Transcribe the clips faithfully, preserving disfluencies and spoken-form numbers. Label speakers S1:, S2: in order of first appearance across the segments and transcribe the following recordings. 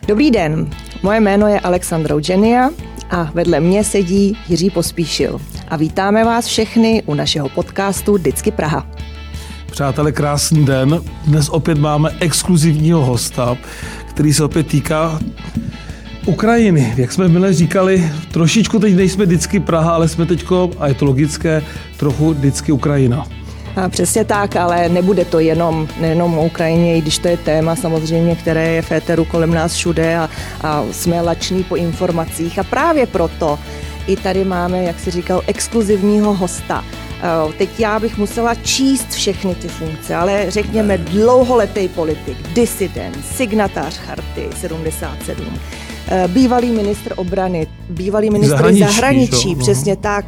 S1: Dobrý den, moje jméno je Alexandra Eugenia a vedle mě sedí Jiří Pospíšil. A vítáme vás všechny u našeho podcastu Dycky Praha.
S2: Přátelé, krásný den. Dnes opět máme exkluzivního hosta, který se opět týká Ukrajiny. Jak jsme minule říkali, trošičku teď nejsme Dycky Praha, ale jsme teďko, a je to logické, trochu Dycky Ukrajina.
S1: A přesně tak, ale nebude to jenom, nejenom o Ukrajině, i když to je téma samozřejmě, které je v éteru kolem nás všude a, a jsme lační po informacích. A právě proto i tady máme, jak jsi říkal, exkluzivního hosta. Teď já bych musela číst všechny ty funkce, ale řekněme dlouholetý politik, disident, signatář Charty sedmdesát sedm, bývalý ministr obrany, bývalý ministr zahraničí, zahraničí přesně tak,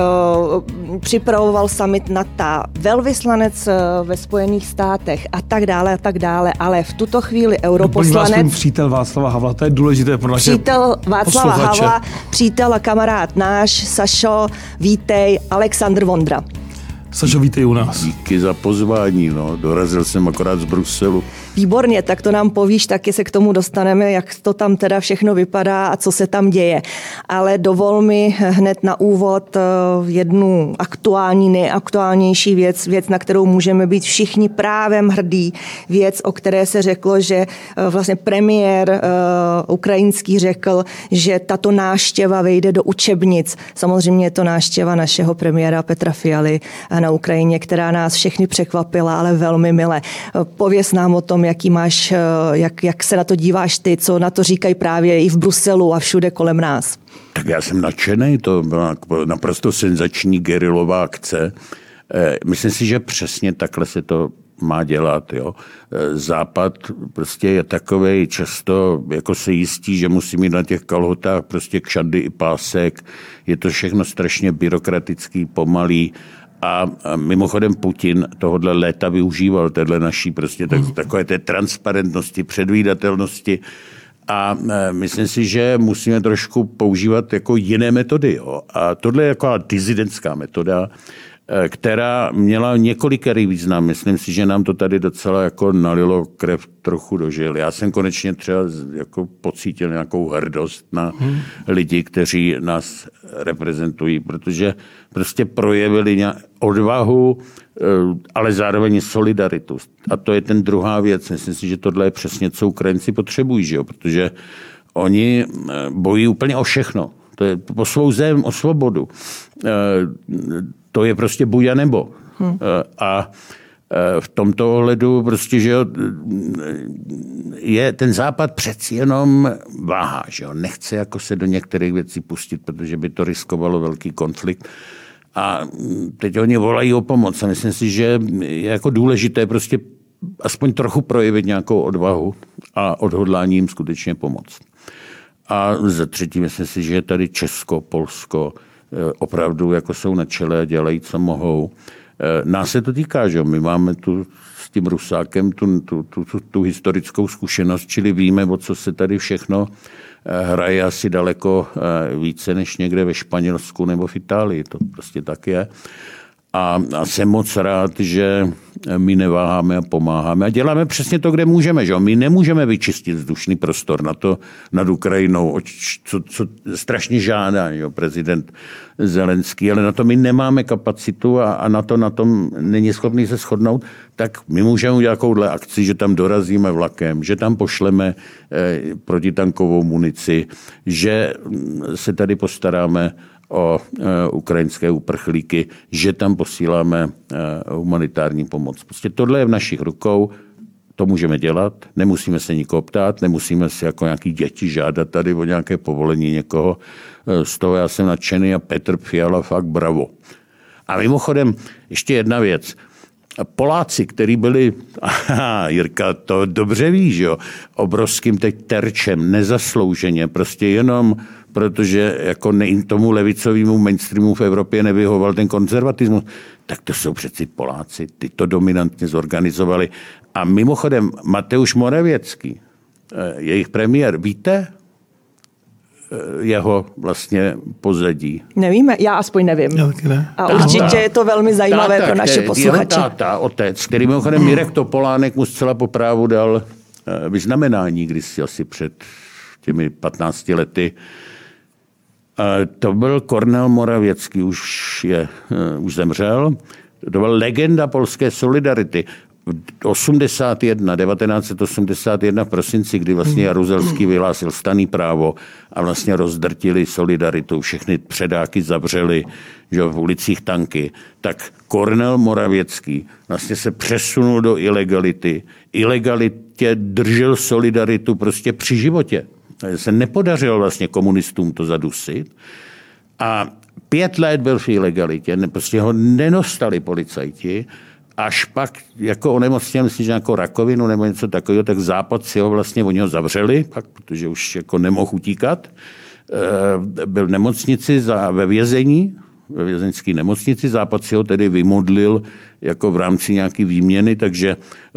S1: uh, připravoval summit NATO, velvyslanec ve Spojených státech a tak dále a tak dále, ale v tuto chvíli europoslanec...
S2: Přítel Václava Havla, to je důležité pro naše
S1: Přítel Václava Havla, přítel a kamarád náš, Sašo, vítej, Alexandr Vondra.
S2: Sašo, vítej u nás.
S3: Díky za pozvání, no. Dorazil jsem akorát z Bruselu.
S1: Výborně, tak to nám povíš, taky se k tomu dostaneme, jak to tam teda všechno vypadá a co se tam děje. Ale dovol mi hned na úvod jednu aktuální, nejaktuálnější věc, věc, na kterou můžeme být všichni právem hrdí, věc, o které se řeklo, že vlastně premiér ukrajinský řekl, že tato návštěva vejde do učebnic. Samozřejmě je to návštěva našeho premiéra Petra Fialy na Ukrajině, která nás všechny překvapila, ale velmi mile. Pověz nám o tom, jaký máš, jak, jak se na to díváš ty, co na to říkají právě i v Bruselu a všude kolem nás.
S3: Tak já jsem nadšený, to byla naprosto senzační gerilová akce. Myslím si, že přesně takhle se to má dělat. Jo. Západ prostě je takovej často, jako se jistí, že musí mít na těch kalhotách prostě kšandy i pásek. Je to všechno strašně byrokratický, pomalý. A mimochodem Putin tohodle léta využíval, téhle naší prostě tak, takové té transparentnosti, předvídatelnosti. A myslím si, že musíme trošku používat jako jiné metody. Jo. A tohle je jako disidentská metoda, která měla několikerý význam. Myslím si, že nám to tady docela jako nalilo krev trochu do žil. Já jsem konečně třeba jako pocítil nějakou hrdost na hmm. lidi, kteří nás reprezentují, protože prostě projevili odvahu, ale zároveň solidaritu. A to je ten druhá věc. Myslím si, že tohle je přesně, co Ukrajinci potřebují, že jo? Protože oni bojují úplně o všechno. To je po svou zem, o svobodu. To je prostě buď a nebo. Hmm. A v tomto ohledu prostě, že je ten Západ přeci jenom váhá, že jo? Nechce jako se do některých věcí pustit, protože by to riskovalo velký konflikt. A teď oni volají o pomoc a myslím si, že je jako důležité prostě aspoň trochu projevit nějakou odvahu a odhodlání jim skutečně pomoct. A za třetí myslím si, že tady Česko, Polsko opravdu jako jsou na čele a dělají, co mohou. Nás se to týká, že my máme tu s tím Rusákem tu, tu, tu, tu, tu historickou zkušenost, čili víme, o co se tady všechno hraje asi daleko více než někde ve Španělsku nebo v Itálii. To prostě tak je. A, a jsem moc rád, že my neváháme a pomáháme. A děláme přesně to, kde můžeme. Že? My nemůžeme vyčistit vzdušný prostor na to nad Ukrajinou, co, co strašně žádá, že? Prezident Zelenský, ale na to my nemáme kapacitu a, a na to na tom není schopný se shodnout, tak my můžeme udělat takovouhle akci, že tam dorazíme vlakem, že tam pošleme eh, protitankovou munici, že se tady postaráme o e, ukrajinské uprchlíky, že tam posíláme e, humanitární pomoc. Prostě tohle je v našich rukou, to můžeme dělat, nemusíme se nikoho ptát, nemusíme si jako nějaký děti žádat tady o nějaké povolení někoho. E, z toho já jsem nadšený a Petr Fiala fakt bravo. A mimochodem ještě jedna věc. Poláci, kteří byli, aha, Jirka to dobře ví, že jo, obrovským teď terčem, nezaslouženě, prostě jenom protože jako ne, tomu levicovému mainstreamu v Evropě nevyhoval ten konzervatismus, tak to jsou přeci Poláci, ty to dominantně zorganizovali. A mimochodem Mateusz Morawiecki, jejich premiér, víte jeho vlastně pozadí?
S1: Nevíme, já aspoň nevím.
S2: Ne.
S1: A určitě je to velmi zajímavé
S3: táta,
S1: pro naše posluchače.
S3: Jeho táta, otec, který mimochodem Mirek Topolánek mu zcela po právu dal vyznamenání, když si asi před těmi patnácti lety. To byl Kornel Moravěcký, už, je, už zemřel. To byl legenda polské solidarity. osmdesát jedna, devatenáct osmdesát jedna v prosinci, kdy vlastně Jaruzelský vyhlásil stanný právo a vlastně rozdrtili solidaritu, všechny předáky zavřeli, že v ulicích tanky, tak Kornel Moravěcký vlastně se přesunul do ilegality. Ilegalitě držel solidaritu prostě při životě. Se nepodařilo vlastně komunistům to zadusit a pět let byl v ilegalitě, prostě ho nedostali policajti, až pak jako onemocněl, myslím, že jako rakovinu nebo něco takového, tak Západ si ho vlastně, oni ho zavřeli, pak, protože už jako nemohl utíkat. Byl v nemocnici za, ve vězení, ve vězeňské nemocnici, Západ si ho tedy vymodlil jako v rámci nějaké výměny, takže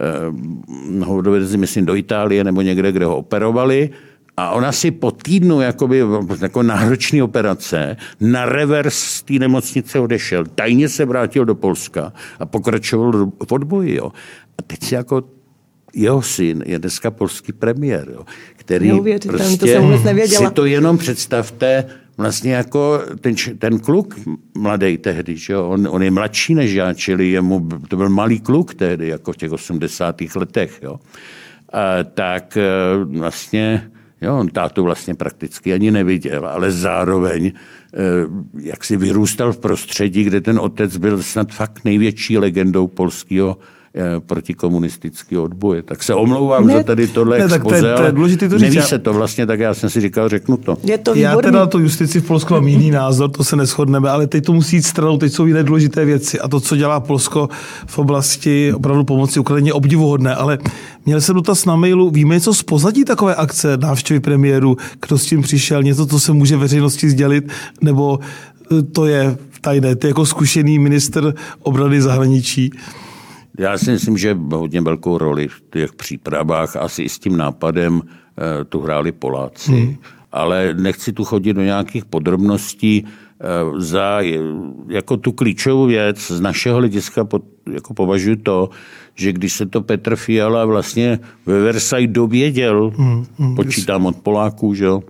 S3: ho dovedli, myslím, do Itálie nebo někde, kde ho operovali. A ona si po týdnu jakoby, jako náročné operace na revers z té nemocnice odešel. Tajně se vrátil do Polska a pokračoval v odboji. Jo. A teď si jako jeho syn je dneska polský premiér, jo, který prostě
S1: to jsem vůbec nevěděla.
S3: Si to jenom představte, vlastně jako ten, ten kluk mladý tehdy, že jo, on, on je mladší než já, čili jemu, to byl malý kluk tehdy, jako v těch osmdesátých letech. Jo. A, tak vlastně jo, on tátu vlastně prakticky ani neviděl, ale zároveň jak si vyrůstal v prostředí, kde ten otec byl snad fakt největší legendou polského protikomunistického odboje. Tak se omlouvám ne, za tady tohle ne, expoze, to je, to je důležité to říct. Neví se to vlastně, tak já jsem si říkal, řeknu to.
S1: Je to
S2: já teda na to justici v Polsku mám jiný názor, to se neshodneme, ale teď to musí jít stranou, teď jsou jiné důležité věci a to, co dělá Polsko v oblasti opravdu pomoci Ukrajině, je obdivuhodné, ale měl jsem dotaz na mailu, víme něco z pozadí takové akce návštěvy premiéru, kdo s tím přišel, něco, co se může veřejnosti sdělit, nebo to je tajné, ty jako zkušený ministr obrany zahraničí.
S3: Já si myslím, že hodně velkou roli v těch přípravách, asi i s tím nápadem tu hráli Poláci. Hmm. Ale nechci tu chodit do nějakých podrobností. Za jako tu klíčovou věc z našeho hlediska jako považuji to, že když se to Petr Fiala vlastně ve Versailles dověděl, hmm. Hmm. počítám od Poláků, že jo,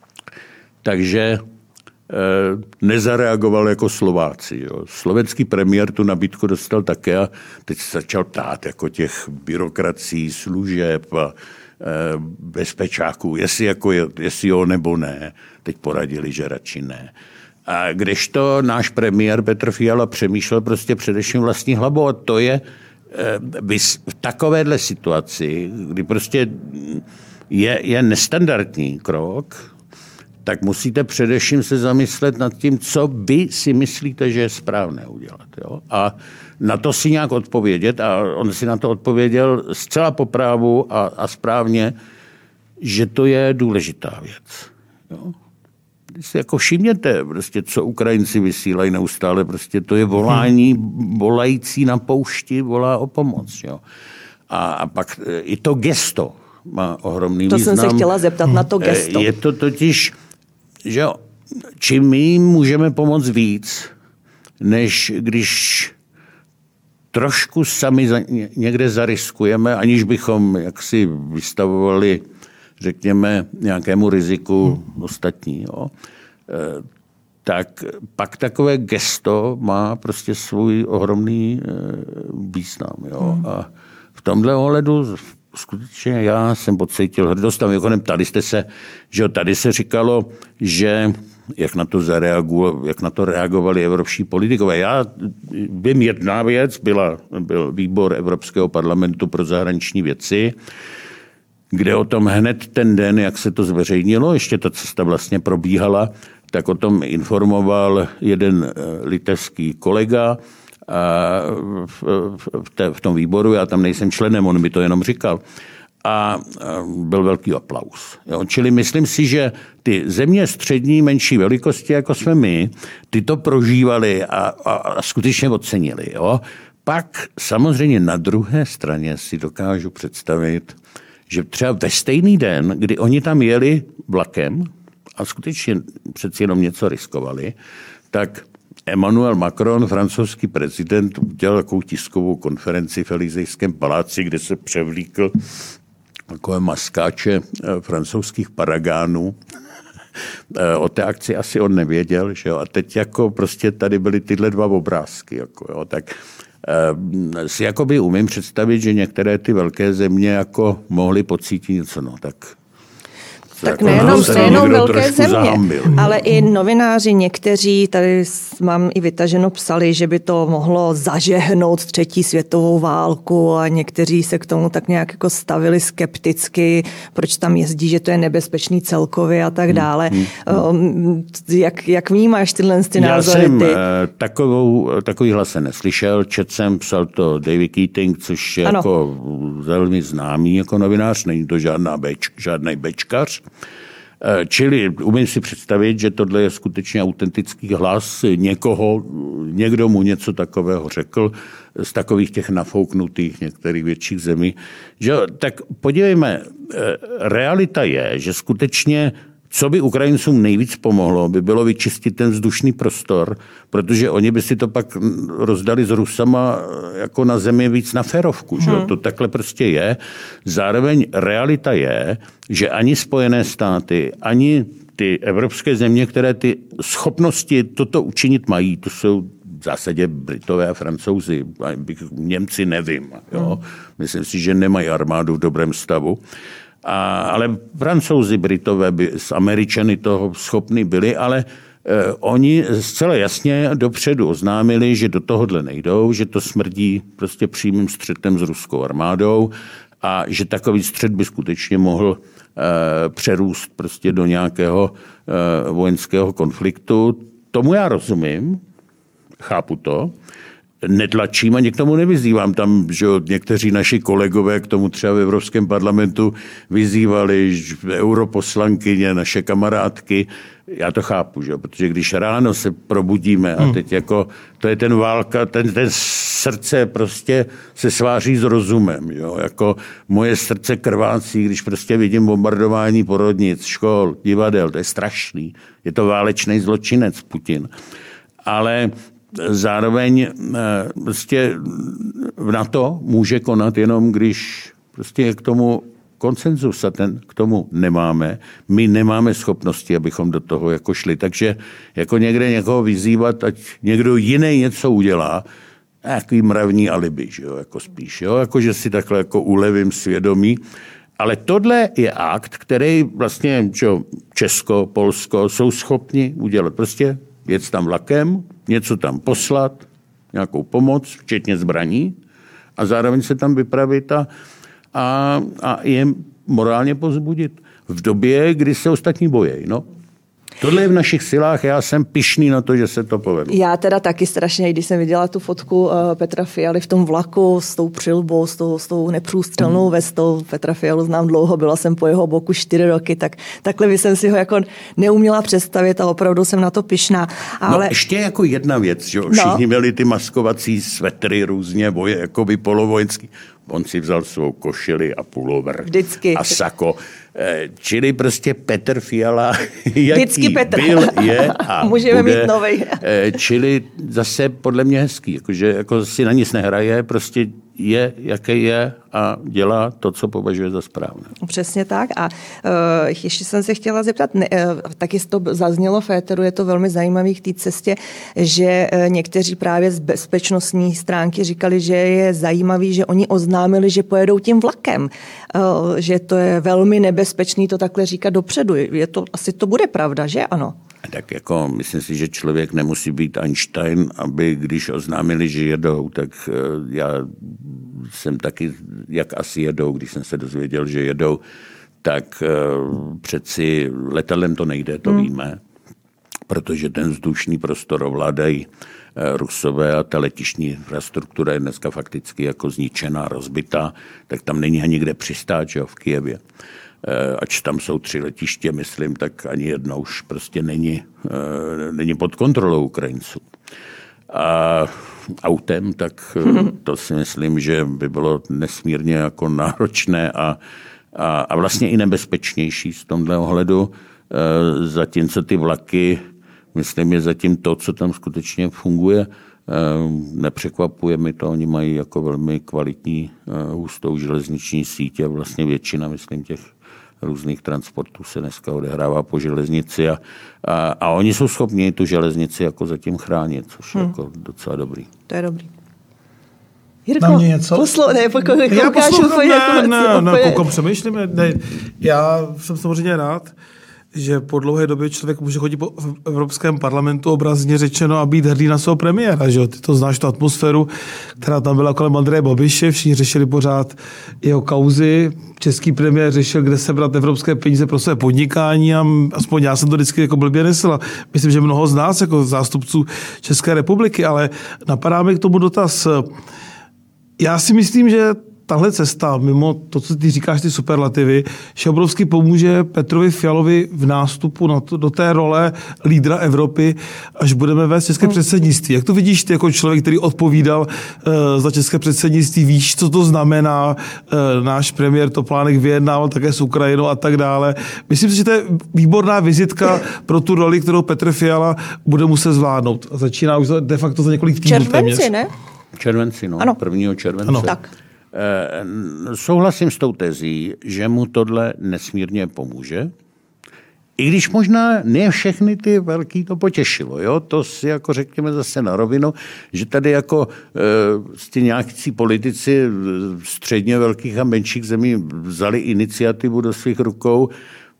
S3: takže nezareagoval jako Slováci. Jo. Slovenský premiér tu nabídku dostal také a teď se začal ptát jako těch byrokracií, služeb a bezpečáků, jestli, jako je, jestli jo nebo ne. Teď poradili, že radši ne. A kdežto náš premiér Petr Fiala přemýšlel prostě především vlastní hlavou a to je v takovéhle situaci, kdy prostě je, je nestandardní krok, tak musíte především se zamyslet nad tím, co vy si myslíte, že je správné udělat. Jo? A na to si nějak odpovědět. A on si na to odpověděl zcela po právu a, a správně, že to je důležitá věc. Jo? Když si jako všimněte, prostě, co Ukrajinci vysílají neustále, prostě to je volání, volající na poušti, volá o pomoc. Jo? A, a pak i to gesto má ohromný
S1: to
S3: význam.
S1: To jsem se chtěla zeptat na to gesto.
S3: Je to totiž, že jo, čím my jim můžeme pomoct víc, než když trošku sami za, někde zariskujeme, aniž bychom jaksi vystavovali, řekněme, nějakému riziku hmm. ostatní. Jo. E, tak pak takové gesto má prostě svůj ohromný e, význam. Jo. Hmm. A v tomhle ohledu skutečně já jsem pocítil hrdost. Tam jako ptali jste se, že tady se říkalo, že jak na to zareagovali, jak na to reagovali evropští politikové. Já vím, jedna věc, byla, byl výbor Evropského parlamentu pro zahraniční věci, kde o tom hned ten den, jak se to zveřejnilo, ještě ta cesta vlastně probíhala, tak o tom informoval jeden litevský kolega a v, te, v tom výboru, já tam nejsem členem, on mi to jenom říkal. A byl velký aplaus. Jo. Čili myslím si, že ty země střední, menší velikosti, jako jsme my, ty to prožívali a, a, a skutečně ocenili. Jo. Pak samozřejmě na druhé straně si dokážu představit, že třeba ve stejný den, kdy oni tam jeli vlakem a skutečně přeci jenom něco riskovali, tak Emmanuel Macron, francouzský prezident, udělal takovou tiskovou konferenci v Elysejském paláci, kde se převlíkl takové maskáče francouzských paragánů. O té akci asi on nevěděl, že jo? A teď jako prostě tady byly tyhle dva obrázky, jako jo? Tak eh, si jakoby umím představit, že některé ty velké země jako mohly pocítit něco, no tak...
S1: Tak nejenom, nejenom velké země, zahambil. Ale i novináři někteří, tady mám i vytaženo, psali, že by to mohlo zažehnout třetí světovou válku a někteří se k tomu tak nějak jako stavili skepticky, proč tam jezdí, že to je nebezpečný celkově a tak dále. Hmm, hmm. Jak, jak vnímáš tyhle ty názory?
S3: Já jsem ty? Takovou, takový hlas se neslyšel, četl jsem, psal to David Keating, což je ano. jako velmi známý jako novinář, není to žádná beč, žádný bečkař. Čili umím si představit, že tohle je skutečně autentický hlas někoho, někdo mu něco takového řekl z takových těch nafouknutých některých větších zemí. Že, tak podívejme, realita je, že skutečně co by Ukrajincům nejvíc pomohlo, by bylo vyčistit ten vzdušný prostor, protože oni by si to pak rozdali s Rusama jako na zemi víc na férovku. Že? Hmm. To takhle prostě je. Zároveň realita je, že ani Spojené státy, ani ty evropské země, které ty schopnosti toto učinit mají, to jsou v zásadě Britové a Francouzi, Němci nevím. Jo? Myslím si, že nemají armádu v dobrém stavu. A, ale Francouzi, Britové by s Američany toho schopni byli, ale eh, oni zcela jasně dopředu oznámili, že do tohohle nejdou, že to smrdí prostě přímým střetem s ruskou armádou a že takový střet by skutečně mohl eh, přerůst prostě do nějakého eh, vojenského konfliktu. Tomu já rozumím, chápu to. Netlačím a k tomu nevyzývám. Tam, že někteří naši kolegové k tomu třeba v Evropském parlamentu vyzývali, europoslankyně, naše kamarádky. Já to chápu, že? Protože když ráno se probudíme a teď jako, to je ten válka, ten, ten srdce prostě se sváří s rozumem. Jo? Jako moje srdce krvácí, když prostě vidím bombardování porodnic, škol, divadel, to je strašný. Je to válečný zločinec Putin. Ale zároveň prostě v NATO může konat jenom, když prostě je k tomu konsenzus a ten k tomu nemáme. My nemáme schopnosti, abychom do toho jako šli. Takže jako někde někoho vyzývat, ať někdo jiný něco udělá, nějaký mravní alibi, že jo, jako spíš, jo, jako že si takhle jako ulevím svědomí. Ale tohle je akt, který vlastně čo, Česko, Polsko jsou schopni udělat. Prostě jet tam vlakem, něco tam poslat, nějakou pomoc, včetně zbraní, a zároveň se tam vypravit a, a, a je morálně povzbudit v době, kdy se ostatní bojí. No. Tohle je v našich silách, já jsem pyšný na to, že se to povedlo.
S1: Já teda taky strašně, když jsem viděla tu fotku Petra Fialy v tom vlaku s tou přilbou, s tou, s tou neprůstřelnou vestou. Petra Fialu znám dlouho, byla jsem po jeho boku čtyři roky, tak takhle by jsem si ho jako neuměla představit a opravdu jsem na to pyšná. Ale...
S3: No ještě jako jedna věc, že všichni no. měli ty maskovací svetry různě, boje, jako by polovojenský. On si vzal svou košili a pulover
S1: Vždycky.
S3: a sako. Čili prostě Petr Fiala, jaký
S1: Vždycky Petr.
S3: byl, je a
S1: můžeme
S3: bude.
S1: mít novej.
S3: Čili zase podle mě hezký, jakože jako si na nic nehraje, prostě je, jaký je a dělá to, co považuje za správné.
S1: Přesně tak. A uh, ještě jsem se chtěla zeptat, ne, uh, taky to zaznělo v éteru, je to velmi zajímavý k té cestě, že uh, někteří právě z bezpečnostní stránky říkali, že je zajímavý, že oni oznámili, že pojedou tím vlakem. Uh, že to je velmi nebezpečný to takhle říkat dopředu. Je to, asi to bude pravda, že ano?
S3: Tak jako myslím si, že člověk nemusí být Einstein, aby když oznámili, že jedou, tak já jsem taky, jak asi jedou, když jsem se dozvěděl, že jedou, tak přeci letadlem to nejde, to hmm. víme, protože ten vzdušný prostor ovládají Rusové a ta letištní infrastruktura je dneska fakticky jako zničená, rozbitá, tak tam není ani kde přistát, že jo, v Kyjevě. Ač tam jsou tři letiště, myslím, tak ani jedno už prostě není, není pod kontrolou Ukrajinců. A autem, tak to si myslím, že by bylo nesmírně jako náročné a, a, a vlastně i nebezpečnější z tomhle ohledu. Zatímco ty vlaky, myslím, je zatím to, co tam skutečně funguje Nepřekvapuje mi to, oni mají jako velmi kvalitní hustou železniční sítě, vlastně většina, myslím, těch různých transportů se dneska odehrává po železnici a, a, a oni jsou schopni tu železnici jako zatím chránit, což je hmm. jako docela dobrý.
S1: To je dobrý. Jirko,
S2: na mě něco?
S1: Poslo, ne, poko,
S2: já poslouchám, ne,
S1: jako,
S2: ne, ne, koukám, přemýšlím, ne, já jsem samozřejmě rád, že po dlouhé době člověk může chodit po Evropském parlamentu obrazně řečeno a být hrdý na svého premiéra, že jo? Ty to znáš, tu atmosféru, která tam byla kolem Andreje Babiše, všichni řešili pořád jeho kauzy, český premiér řešil, kde se brát evropské peníze pro své podnikání a aspoň já jsem to vždycky jako blbě nesl. Myslím, že mnoho z nás jako zástupců České republiky, ale napadá mi k tomu dotaz. Já si myslím, že tahle cesta, mimo to, co ty říkáš, ty superlativy, že obrovsky pomůže Petrovi Fialovi v nástupu na to, do té role lídra Evropy, až budeme vést české předsednictví. Jak to vidíš ty jako člověk, který odpovídal uh, za české předsednictví, víš, co to znamená, uh, náš premiér Topolánek vyjednával také s Ukrajinou a tak dále. Myslím si, že to je výborná vizitka pro tu roli, kterou Petr Fiala bude muset zvládnout. A začíná už de facto za několik týdnů téměř.
S1: Červenci, ne?
S3: Červenci, no.
S1: Ano.
S3: prvního července.
S1: Ano. Tak.
S3: Eh, souhlasím s tou tezí, že mu tohle nesmírně pomůže. I když možná ne všechny ty velký to potěšilo. Jo? To si jako řekněme zase na rovinu, že tady jako e, nějakí politici středně velkých a menších zemí vzali iniciativu do svých rukou.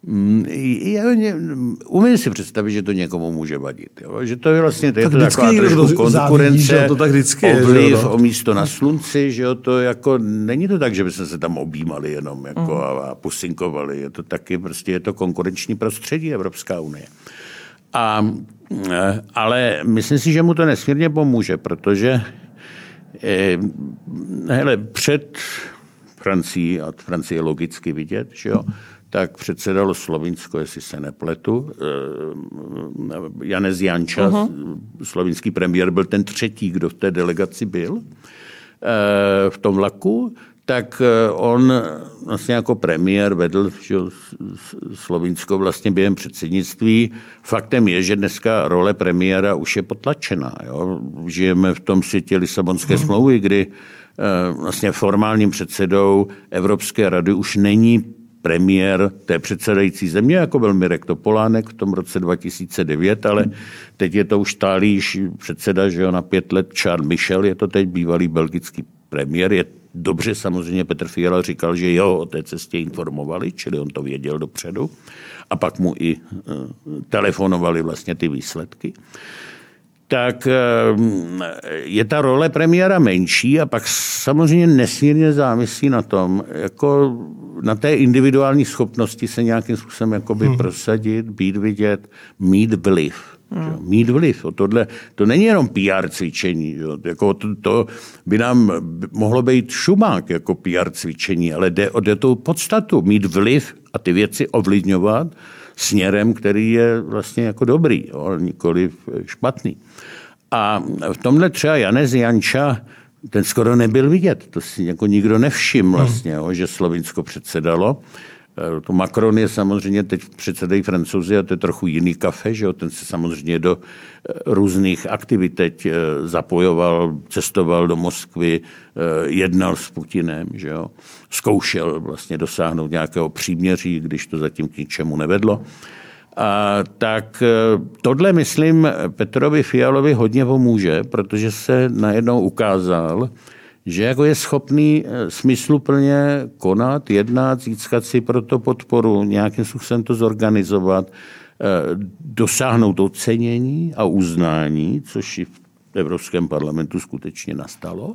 S3: Umím si představit, že to někomu může vadit. Jo? Že to je vlastně to je to taková trošku konkurence,
S2: to tak vždycky
S3: ovliv
S2: je,
S3: o místo na slunci, že jo? To jako, není to tak, že by jsme se tam objímali jenom jako mm. a, a pusinkovali. Je to taky prostě je to konkurenční prostředí Evropská unie. A, ale myslím si, že mu to nesmírně pomůže, protože eh, hele, před Francií, a Francie je logicky vidět, že jo, tak předsedalo Slovinsko, jestli se nepletu. Janez Janča, uh-huh. slovinský premiér, byl ten třetí, kdo v té delegaci byl v tom vlaku, tak on vlastně jako premiér vedl že, Slovinsko vlastně během předsednictví. Faktem je, že dneska role premiéra už je potlačená. Jo? Žijeme v tom světě Lisabonské uh-huh. smlouvy, kdy vlastně formálním předsedou Evropské rady už není premiér té předsedající země, jako byl Mirek Topolánek v tom roce dva tisíce devět, ale teď je to už stálý předseda, že jo, na pět let Charles Michel, je to teď bývalý belgický premiér. Je dobře, samozřejmě Petr Fiala říkal, že jo, o té cestě informovali, čili on to věděl dopředu. A pak mu i uh, telefonovali vlastně ty výsledky. Tak je ta role premiéra menší a pak samozřejmě nesmírně závisí na tom, jako na té individuální schopnosti se nějakým způsobem jakoby hmm. prosadit, být vidět, mít vliv. Hmm. Mít vliv. O tohle, to není jenom P R cvičení. Jo. Jako to, to by nám mohlo být šumák jako P R cvičení, ale jde o tu podstatu. Mít vliv a ty věci ovlivňovat směrem, který je vlastně jako dobrý, jo, nikoliv špatný. A v tomhle třeba Janez Janča, ten skoro nebyl vidět. To si jako nikdo nevšiml vlastně, jo, že Slovinsko předsedalo. To Macron je samozřejmě teď předsedají Francouzi a to je trochu jiný kafe, že jo? Ten se samozřejmě do různých aktivit teď zapojoval, cestoval do Moskvy, jednal s Putinem, že jo? Zkoušel vlastně dosáhnout nějakého příměří, když to zatím k ničemu nevedlo. A tak tohle, myslím, Petrovi Fialovi hodně pomůže, protože se najednou ukázal, že jako je schopný smysluplně konat, jednat, získat si pro to podporu, nějakým způsobem to zorganizovat, dosáhnout ocenění a uznání, což i v Evropském parlamentu skutečně nastalo.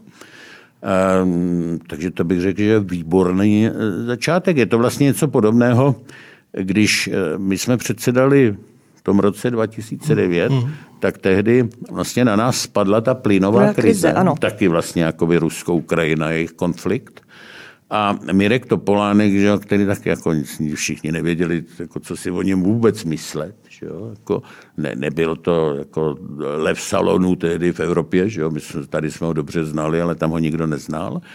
S3: Takže to bych řekl, že je výborný začátek. Je to vlastně něco podobného, když my jsme předsedali v tom roce dva tisíce devět, mm. tak tehdy vlastně na nás spadla ta plynová krize, krize ano. taky vlastně jakoby Rusko-Ukrajina, jejich konflikt. A Mirek Topolánek, že, který taky jako všichni nevěděli, jako, co si o něm vůbec myslet. Že, jako, ne, nebyl to jako lev salonu tehdy v Evropě, že, my jsme, tady jsme ho dobře znali, ale tam ho nikdo neznal.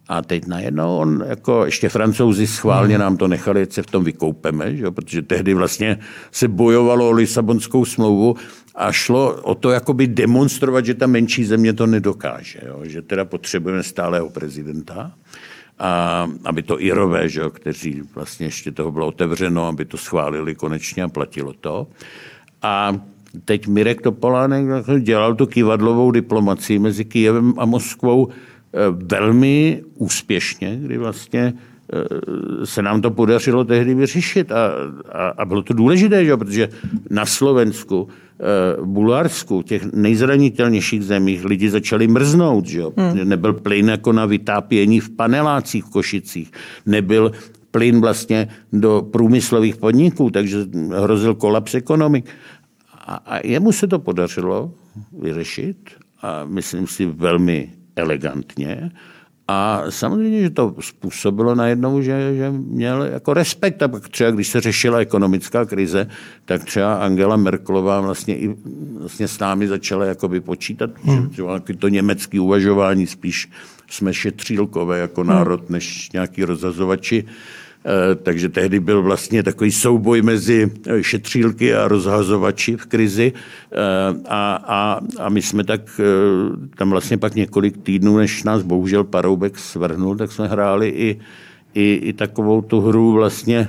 S3: A teď najednou on, jako ještě Francouzi schválně nám to nechali, ať se v tom vykoupeme, že? Protože tehdy vlastně se bojovalo o Lisabonskou smlouvu a šlo o to jakoby demonstrovat, že ta menší země to nedokáže, jo? Že teda potřebujeme stálého prezidenta, a aby to Irové, že? Kteří vlastně ještě toho bylo otevřeno, aby to schválili konečně a platilo to. A teď Mirek Topolánek dělal tu kývadlovou diplomacii mezi Kyjevem a Moskvou velmi úspěšně, kdy vlastně se nám to podařilo tehdy vyřešit a, a, a bylo to důležité, že? Protože na Slovensku, v Bulharsku, těch nejzranitelnějších zemích lidi začali mrznout. Že? Hmm. Nebyl plyn jako na vytápění v panelácích v Košicích, nebyl plyn vlastně do průmyslových podniků, takže hrozil kolaps ekonomik. A, a jemu se to podařilo vyřešit a myslím si velmi elegantně. A samozřejmě, že to způsobilo najednou, že, že měl jako respekt. A pak třeba, když se řešila ekonomická krize, tak třeba Angela Merkelová vlastně i vlastně s námi začala jakoby počítat, hmm. že to německé uvažování, spíš jsme šetřílkové jako národ, než nějaký rozhazovači. Takže tehdy byl vlastně takový souboj mezi šetřílky a rozhazovači v krizi a, a, a my jsme tak tam vlastně pak několik týdnů, než nás bohužel Paroubek svrhnul, tak jsme hráli i, i, i takovou tu hru vlastně,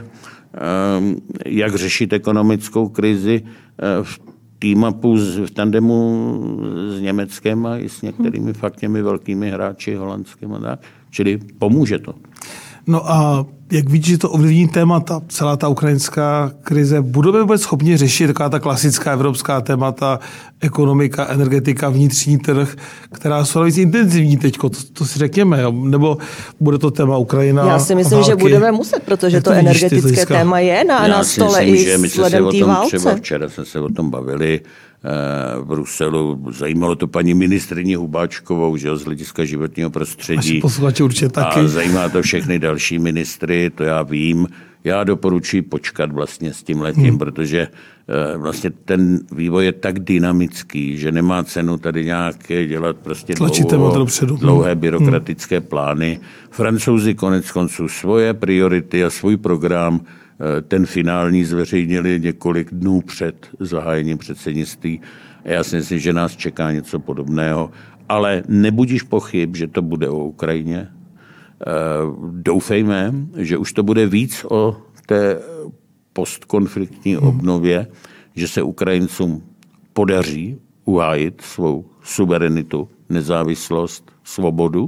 S3: jak řešit ekonomickou krizi v týmapu, v tandemu s Německem a i s některými fakt těmi velkými hráči holandskými. Čili pomůže to.
S2: No a jak vidíš, že to ovlivní témata, celá ta ukrajinská krize, budeme vůbec schopni řešit taková ta klasická evropská témata, ekonomika, energetika, vnitřní trh, která jsou víc intenzivní teďko, to, to si řekněme, jo? Nebo bude to téma Ukrajina?
S1: Já si myslím, války, že budeme muset, protože to, to energetické téma je na, na stole myslím, i sledem té válce.
S3: Třeba včera jsme se o tom bavili v Bruselu. Zajímalo to paní ministryni Hubáčkovou, že jo, z hlediska životního prostředí.
S2: Určitě taky.
S3: A zajímá to všechny další ministry, to já vím. Já doporučuji počkat vlastně s tím letím, hmm. protože vlastně ten vývoj je tak dynamický, že nemá cenu tady nějaké dělat prostě dlouho, dlouhé byrokratické hmm. plány. Francouzi konec konců svoje priority a svůj program ten finální zveřejnili několik dnů před zahájením předsednictví. Já si myslím, že nás čeká něco podobného, ale nebudíš pochyb, že to bude o Ukrajině. Doufejme, že už to bude víc o té postkonfliktní obnově, že se Ukrajincům podaří uhájit svou suverenitu, nezávislost, svobodu.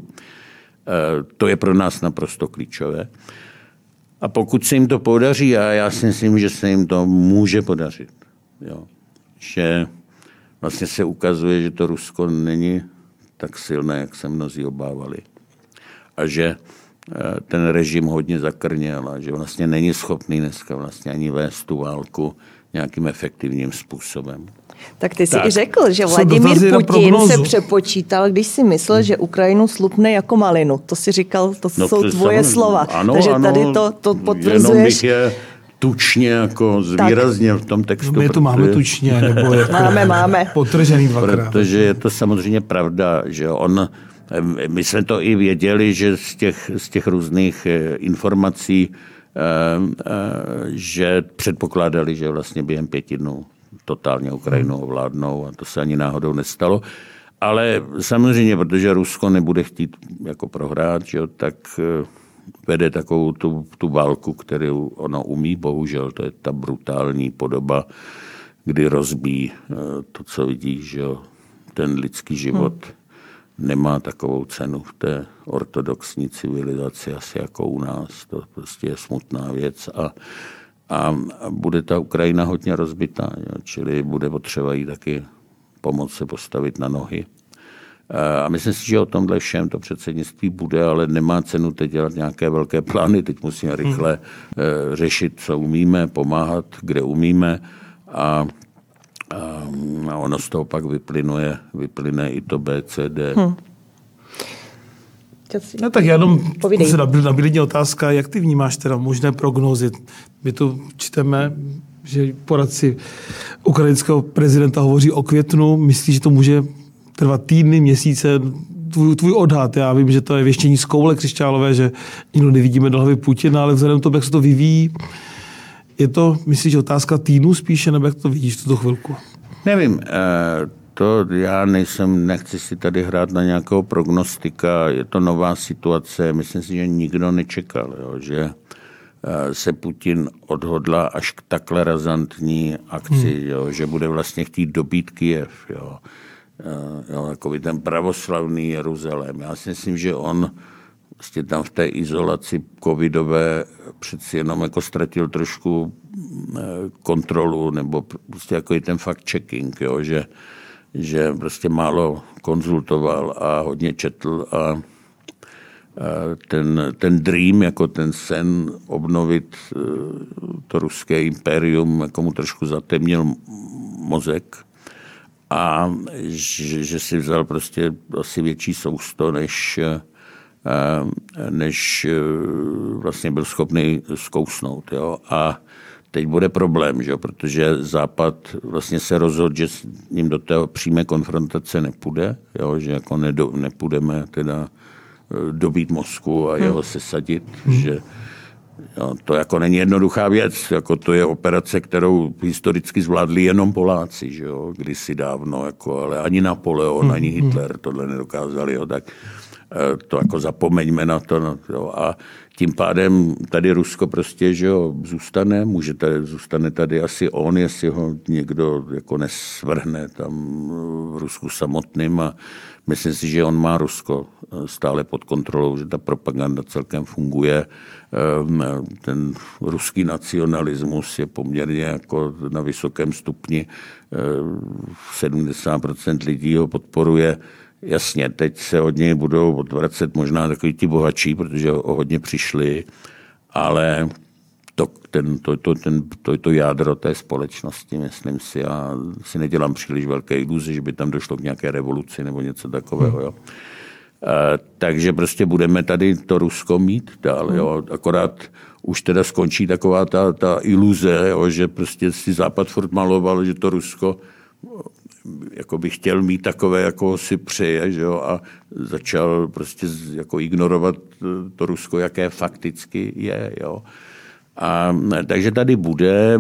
S3: To je pro nás naprosto klíčové. A pokud se jim to podaří, a já si myslím, že se jim to může podařit, jo, že vlastně se ukazuje, že to Rusko není tak silné, jak se mnozí obávali. A že ten režim hodně zakrněl a že vlastně není schopný dneska vlastně ani vést tu válku nějakým efektivním způsobem.
S1: Tak ty jsi tak i řekl, že Vladimír Putin se přepočítal, když si myslel, že Ukrajinu slupne jako malinu. To si říkal, to no, jsou to tvoje samozřejmě slova.
S3: Ano,
S1: takže
S3: ano,
S1: tady to, to potvrzuješ.
S3: Jenom bych je tučně jako zvýrazně v tom textu.
S2: My to máme tučně, nebo jako
S1: máme, máme.
S2: Potržený dvakrát.
S3: Protože je to samozřejmě pravda, že on, my jsme to i věděli, že z těch, z těch různých informací, že předpokládali, že vlastně během pěti dnů totálně Ukrajinu ovládnou a to se ani náhodou nestalo. Ale samozřejmě, protože Rusko nebude chtít jako prohrát, že, tak vede takovou tu, tu válku, kterou ono umí, bohužel. To je ta brutální podoba, kdy rozbíjí to, co vidí, že ten lidský život hmm. nemá takovou cenu v té ortodoxní civilizaci, asi jako u nás. To prostě je smutná věc a A bude ta Ukrajina hodně rozbitá, jo? Čili bude potřeba jí taky pomoct se postavit na nohy. A myslím si, že o tomhle všem to předsednictví bude, ale nemá cenu teď dělat nějaké velké plány. Teď musíme rychle hmm. řešit, co umíme, pomáhat, kde umíme a, a ono z toho pak vyplynuje, vyplyne i to B, C, D. Hmm.
S2: No tak já jenom se nabídne otázka, jak ty vnímáš teda možné prognózy? My tu čteme, že poradci ukrajinského prezidenta hovoří o květnu. Myslíš, že to může trvat týdny, měsíce? tvůj, tvůj odhad. Já vím, že to je věštění z koule křišťálové, že nikdo nevidíme do hlavy Putina, ale vzhledem k tomu, jak se to vyvíjí, je to, myslíš, že otázka týdnů spíše, nebo jak to vidíš v tuto chvilku?
S3: Nevím, to já nejsem, nechci si tady hrát na nějakého prognostika, je to nová situace, myslím si, že nikdo nečekal, jo, že se Putin odhodla až k takhle razantní akci, hmm. jo, že bude vlastně chtít dobít Kyjev, jo, jo, jako ten pravoslavný Jeruzalém. Já si myslím, že on vlastně tam v té izolaci covidové přeci jenom jako ztratil trošku kontrolu, nebo prostě jako i ten fact-checking, jo, že, že prostě málo konzultoval a hodně četl a ten, ten dream, jako ten sen obnovit to ruské impérium, jako mu trošku zatemnil mozek a že, že si vzal prostě asi větší sousto, než než vlastně byl schopný zkousnout. Jo. A teď bude problém, že? Protože Západ vlastně se rozhodl, že s ním do té přímé konfrontace nepůjde, jo? Že jako nedo, nepůjdeme teda dobít Moskvu a jeho sesadit, hmm. že jo, to jako není jednoduchá věc, jako to je operace, kterou historicky zvládli jenom Poláci, že jo? Kdysi dávno, jako, ale ani Napoleon, hmm. ani Hitler tohle nedokázali, jo? Tak to jako zapomeňme na to. No, jo. A tím pádem tady Rusko prostě, že jo, zůstane, může tady, zůstane tady asi on, jestli ho někdo jako nesvrhne tam v Rusku samotným a myslím si, že on má Rusko stále pod kontrolou, že ta propaganda celkem funguje. Ten ruský nacionalismus je poměrně jako na vysokém stupni. sedmdesát procent lidí ho podporuje. Jasně, teď se od něj budou odvracet možná takový ti bohatší, protože o hodně přišli, ale to, ten, to, to, ten, to, to jádro té společnosti, myslím si, já si nedělám příliš velké iluze, že by tam došlo k nějaké revoluci nebo něco takového. Jo. A, takže prostě budeme tady to Rusko mít dál. Jo. Akorát už teda skončí taková ta, ta iluze, jo, že prostě si Západ furt maloval, že to Rusko jako by chtěl mít takové, jako si přeje, že jo, a začal prostě jako ignorovat to Rusko, jaké fakticky je, jo. A takže tady bude,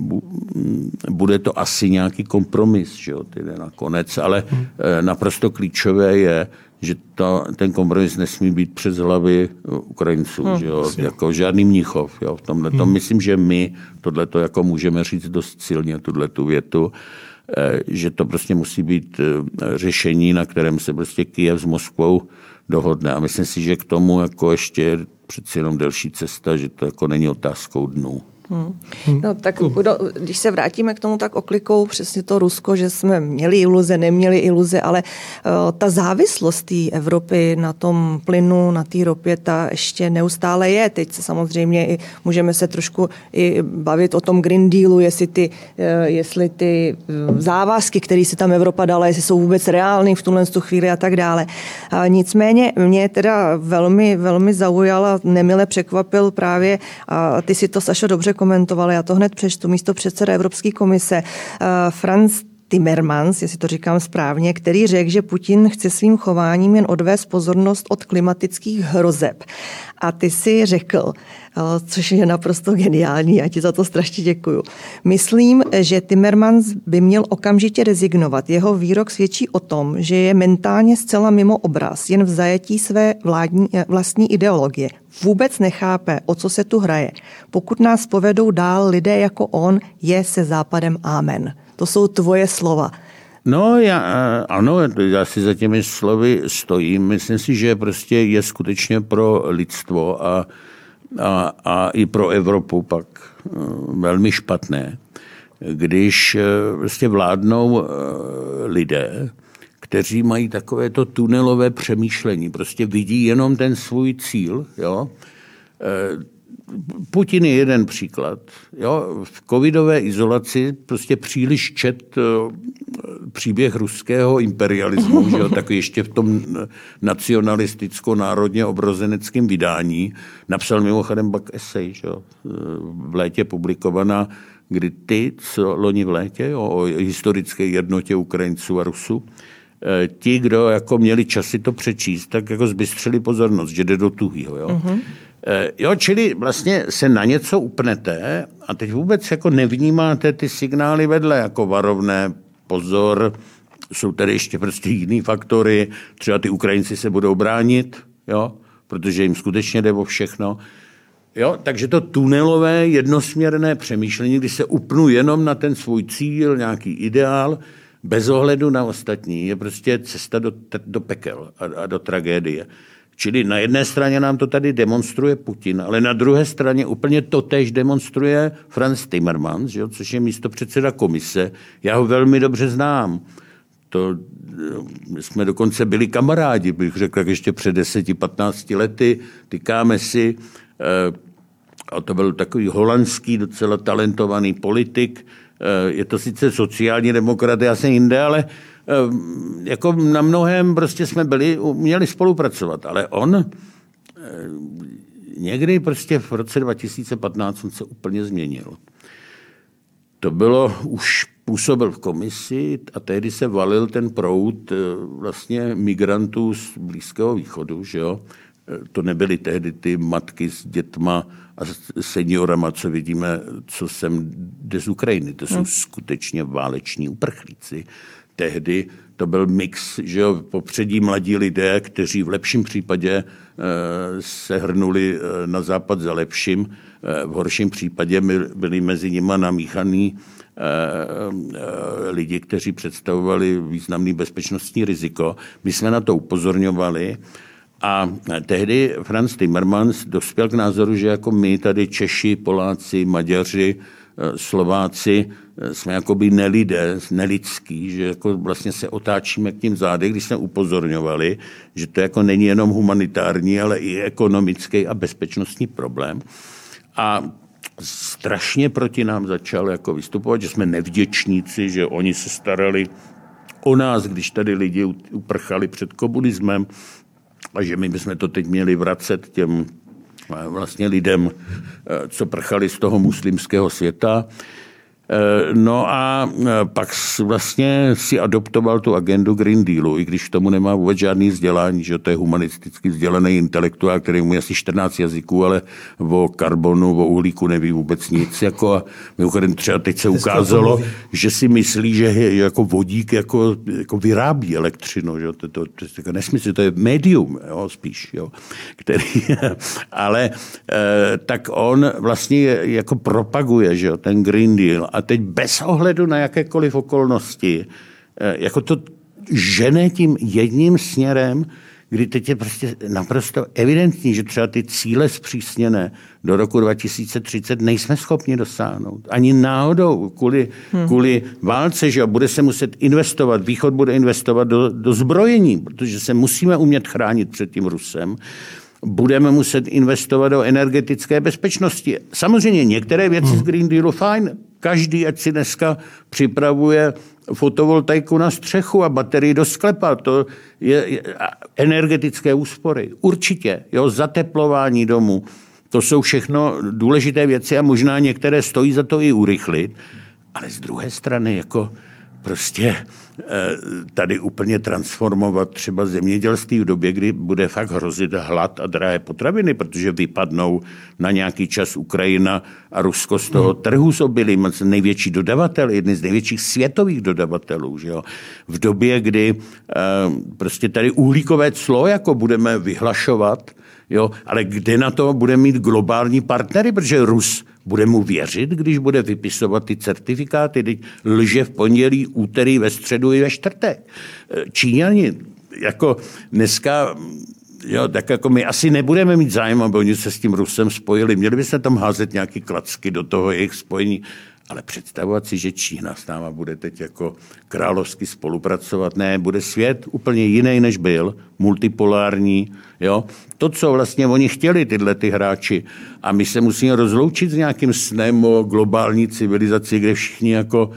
S3: bude to asi nějaký kompromis, že jo, tedy nakonec, ale hmm. naprosto klíčové je, že to, ten kompromis nesmí být přes hlavy Ukrajinců, hmm. že jo, jako žádný Mnichov, jo, v tomhle tom hmm. myslím, že my tohleto jako můžeme říct dost silně, tuhletu větu, že to prostě musí být řešení, na kterém se prostě Kyjev s Moskvou dohodne. A myslím si, že k tomu jako ještě přeci jenom delší cesta, že to jako není otázkou dnů.
S1: Hmm. No tak když se vrátíme k tomu, tak oklikou přesně to Rusko, že jsme měli iluze, neměli iluze, ale uh, ta závislost té Evropy na tom plynu, na té ropě, ta ještě neustále je. Teď se samozřejmě i, můžeme se trošku i bavit o tom Green Dealu, jestli ty, uh, jestli ty uh, závazky, které si tam Evropa dala, jestli jsou vůbec reální v tuhle chvíli a tak dále. Uh, nicméně mě teda velmi, velmi zaujal a nemile překvapil právě, a ty si to, Sašo, dobře komentovali, já to hned přečtu, místo předseda Evropské komise uh, Franz Timmermans, jestli to říkám správně, který řekl, že Putin chce svým chováním jen odvést pozornost od klimatických hrozeb. A ty si řekl, uh, což je naprosto geniální, já ti za to strašně děkuju. Myslím, že Timmermans by měl okamžitě rezignovat. Jeho výrok svědčí o tom, že je mentálně zcela mimo obraz, jen v zajetí své vládní, vlastní ideologie. Vůbec nechápe, o co se tu hraje. Pokud nás povedou dál lidé jako on, je se Západem amen. To jsou tvoje slova.
S3: No, já, ano, já si za těmi slovy stojím. Myslím si, že prostě je skutečně pro lidstvo a, a, a i pro Evropu pak velmi špatné, když prostě vládnou lidé, kteří mají takovéto tunelové přemýšlení, prostě vidí jenom ten svůj cíl, jo. Putin je jeden příklad. Jo. V covidové izolaci prostě příliš čet příběh ruského imperialismu, že jo, tak ještě v tom nacionalisticko-národně obrozeneckém vydání napsal mimochodem pak esej, že jo, v létě publikovaná, kdy ty, co loni v létě, jo, o historické jednotě Ukrajinců a Rusů, ti, kdo jako měli časy to přečíst, tak jako zbystřili pozornost, že jde do tuhýho. Jo? Mm-hmm. Jo, čili vlastně se na něco upnete a teď vůbec jako nevnímáte ty signály vedle, jako varovné, pozor, jsou tady ještě prostě jiný faktory, třeba ty Ukrajinci se budou bránit, jo, protože jim skutečně jde o všechno. Jo, takže to tunelové jednosměrné přemýšlení, kdy se upnu jenom na ten svůj cíl, nějaký ideál, bez ohledu na ostatní, je prostě cesta do, do pekel a, a do tragédie. Čili na jedné straně nám to tady demonstruje Putin, ale na druhé straně úplně totéž demonstruje Franz Timmermans, že jo, což je místopředseda komise. Já ho velmi dobře znám. To jsme dokonce byli kamarádi, bych řekl, jak ještě před deseti, patnácti lety, tykáme si. A to byl takový holandský, docela talentovaný politik. Je to sice sociální demokrat, já jsem jinde, ale jako na mnohem prostě jsme byli, měli spolupracovat, ale on někdy prostě v roce dva tisíce patnáct on se úplně změnil. To bylo, už působil v komisi a tehdy se valil ten proud vlastně migrantů z Blízkého východu, že jo. To nebyly tehdy ty matky s dětma a seniorama, co vidíme, co sem jde z Ukrajiny. To jsou hmm. skutečně váleční uprchlíci. Tehdy to byl mix, že jo, popředí mladí lidé, kteří v lepším případě e, se hrnuli e, na západ za lepším, e, v horším případě byli mezi nimi namíchaný e, e, lidi, kteří představovali významný bezpečnostní riziko. My jsme na to upozorňovali a tehdy Franz Timmermans dospěl k názoru, že jako my tady Češi, Poláci, Maďaři, Slováci jsme jakoby nelidé, nelidský, že jako vlastně se otáčíme k tím zády, když jsme upozorňovali, že to jako není jenom humanitární, ale i ekonomický a bezpečnostní problém. A strašně proti nám začal jako vystupovat, že jsme nevděčníci, že oni se starali o nás, když tady lidi uprchali před komunismem a že my bychom to teď měli vracet těm vlastně lidem, co prchali z toho muslimského světa. No a pak vlastně si adoptoval tu agendu Green Dealu, i když k tomu nemá vůbec žádný vzdělání, že to je humanisticky vzdělaný intelektuál, který umí asi čtrnáct jazyků, ale o karbonu, o uhlíku neví vůbec nic. Jako a mimochodem třeba teď se ukázalo, že si myslí, že je jako vodík jako, jako vyrábí elektřinu. Že? To, to, to, to je nesmysl, to je médium, jo, spíš. Jo, který, ale eh, tak on vlastně jako propaguje, že, ten Green Deal. A teď bez ohledu na jakékoliv okolnosti, jako to žene tím jedním směrem, kdy teď je prostě naprosto evidentní, že třeba ty cíle zpřísněné do roku dva tisíce třicet nejsme schopni dosáhnout. Ani náhodou kvůli, hmm. kvůli válce, že bude se muset investovat, Východ bude investovat do, do zbrojení, protože se musíme umět chránit před tím Rusem. Budeme muset investovat do energetické bezpečnosti. Samozřejmě některé věci z Green Dealu fajn. Každý, ať si dneska připravuje fotovoltaiku na střechu a baterii do sklepa. To je, je energetické úspory. Určitě. Jo, zateplování domu. To jsou všechno důležité věci a možná některé stojí za to i urychlit. Ale z druhé strany jako prostě tady úplně transformovat třeba zemědělství v době, kdy bude fakt hrozit hlad a drahé potraviny, protože vypadnou na nějaký čas Ukrajina a Rusko z toho trhu s obilím, největší dodavatel, jedný z největších světových dodavatelů. Že jo? V době, kdy prostě tady uhlíkové clo jako budeme vyhlašovat, jo? Ale kde na to bude mít globální partnery, protože Rus bude mu věřit, když bude vypisovat ty certifikáty, teď lže v pondělí, úterý, ve středu i ve čtvrtek. Číňani, jako dneska, jo, tak jako my asi nebudeme mít zájem, aby oni se s tím Rusem spojili. Měli by se tam házet nějaký klacky do toho jejich spojení. Ale představovat si, že Čína s náma bude teď jako královsky spolupracovat, ne, bude svět úplně jiný, než byl, multipolární, jo. To, co vlastně oni chtěli, tyhle ty hráči. A my se musíme rozloučit s nějakým snem o globální civilizaci, kde všichni jako,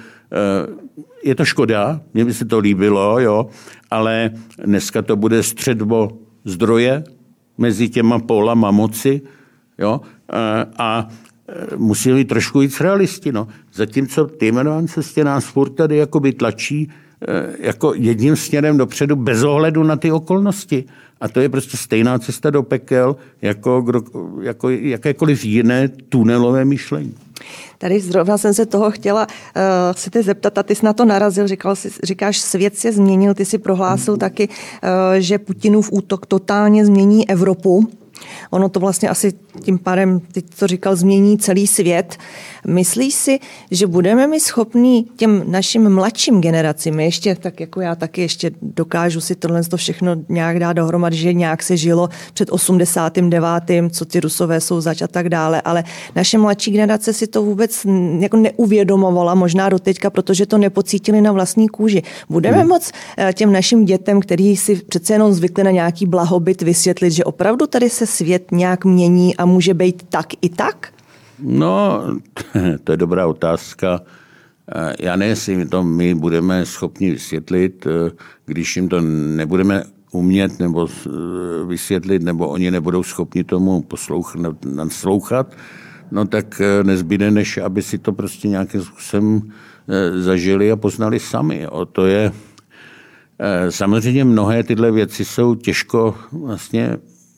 S3: je to škoda, mně by se to líbilo, jo, ale dneska to bude středbo zdroje mezi těma pólama moci, jo, a musíme být trošku víc realisti, no. Zatímco Timmermans se nás furt tady jakoby tlačí jako jedním směrem dopředu bez ohledu na ty okolnosti. A to je prostě stejná cesta do pekel jako, jako jakékoliv jiné tunelové myšlení.
S1: Tady zrovna jsem se toho chtěla uh, se teď zeptat a ty jsi na to narazil, říkal jsi, říkáš, svět se změnil, ty si prohlásil mm. taky, uh, že Putinův útok totálně změní Evropu. Ono to vlastně asi tím pádem, teď to říkal, změní celý svět. Myslíš si, že budeme my schopní těm našim mladším generacím, ještě tak jako já taky ještě dokážu si tohle to všechno nějak dát dohromady, že nějak se žilo před osmdesátým devátým co ty Rusové jsou zač a tak dále, ale naše mladší generace si to vůbec jako neuvědomovala, možná doteďka, protože to nepocítili na vlastní kůži. Budeme hmm. moc těm našim dětem, který si přece jenom zvykli na nějaký blahobyt, vysvětlit, že opravdu tady se svět nějak mění a může být tak i tak?
S3: No, to je dobrá otázka. Já nevím, jestli to my budeme schopni vysvětlit, když jim to nebudeme umět nebo vysvětlit, nebo oni nebudou schopni tomu poslouchat, naslouchat, no tak nezbyde, než aby si to prostě nějakým způsobem zažili a poznali sami. O to je, samozřejmě mnohé tyhle věci jsou těžko vlastně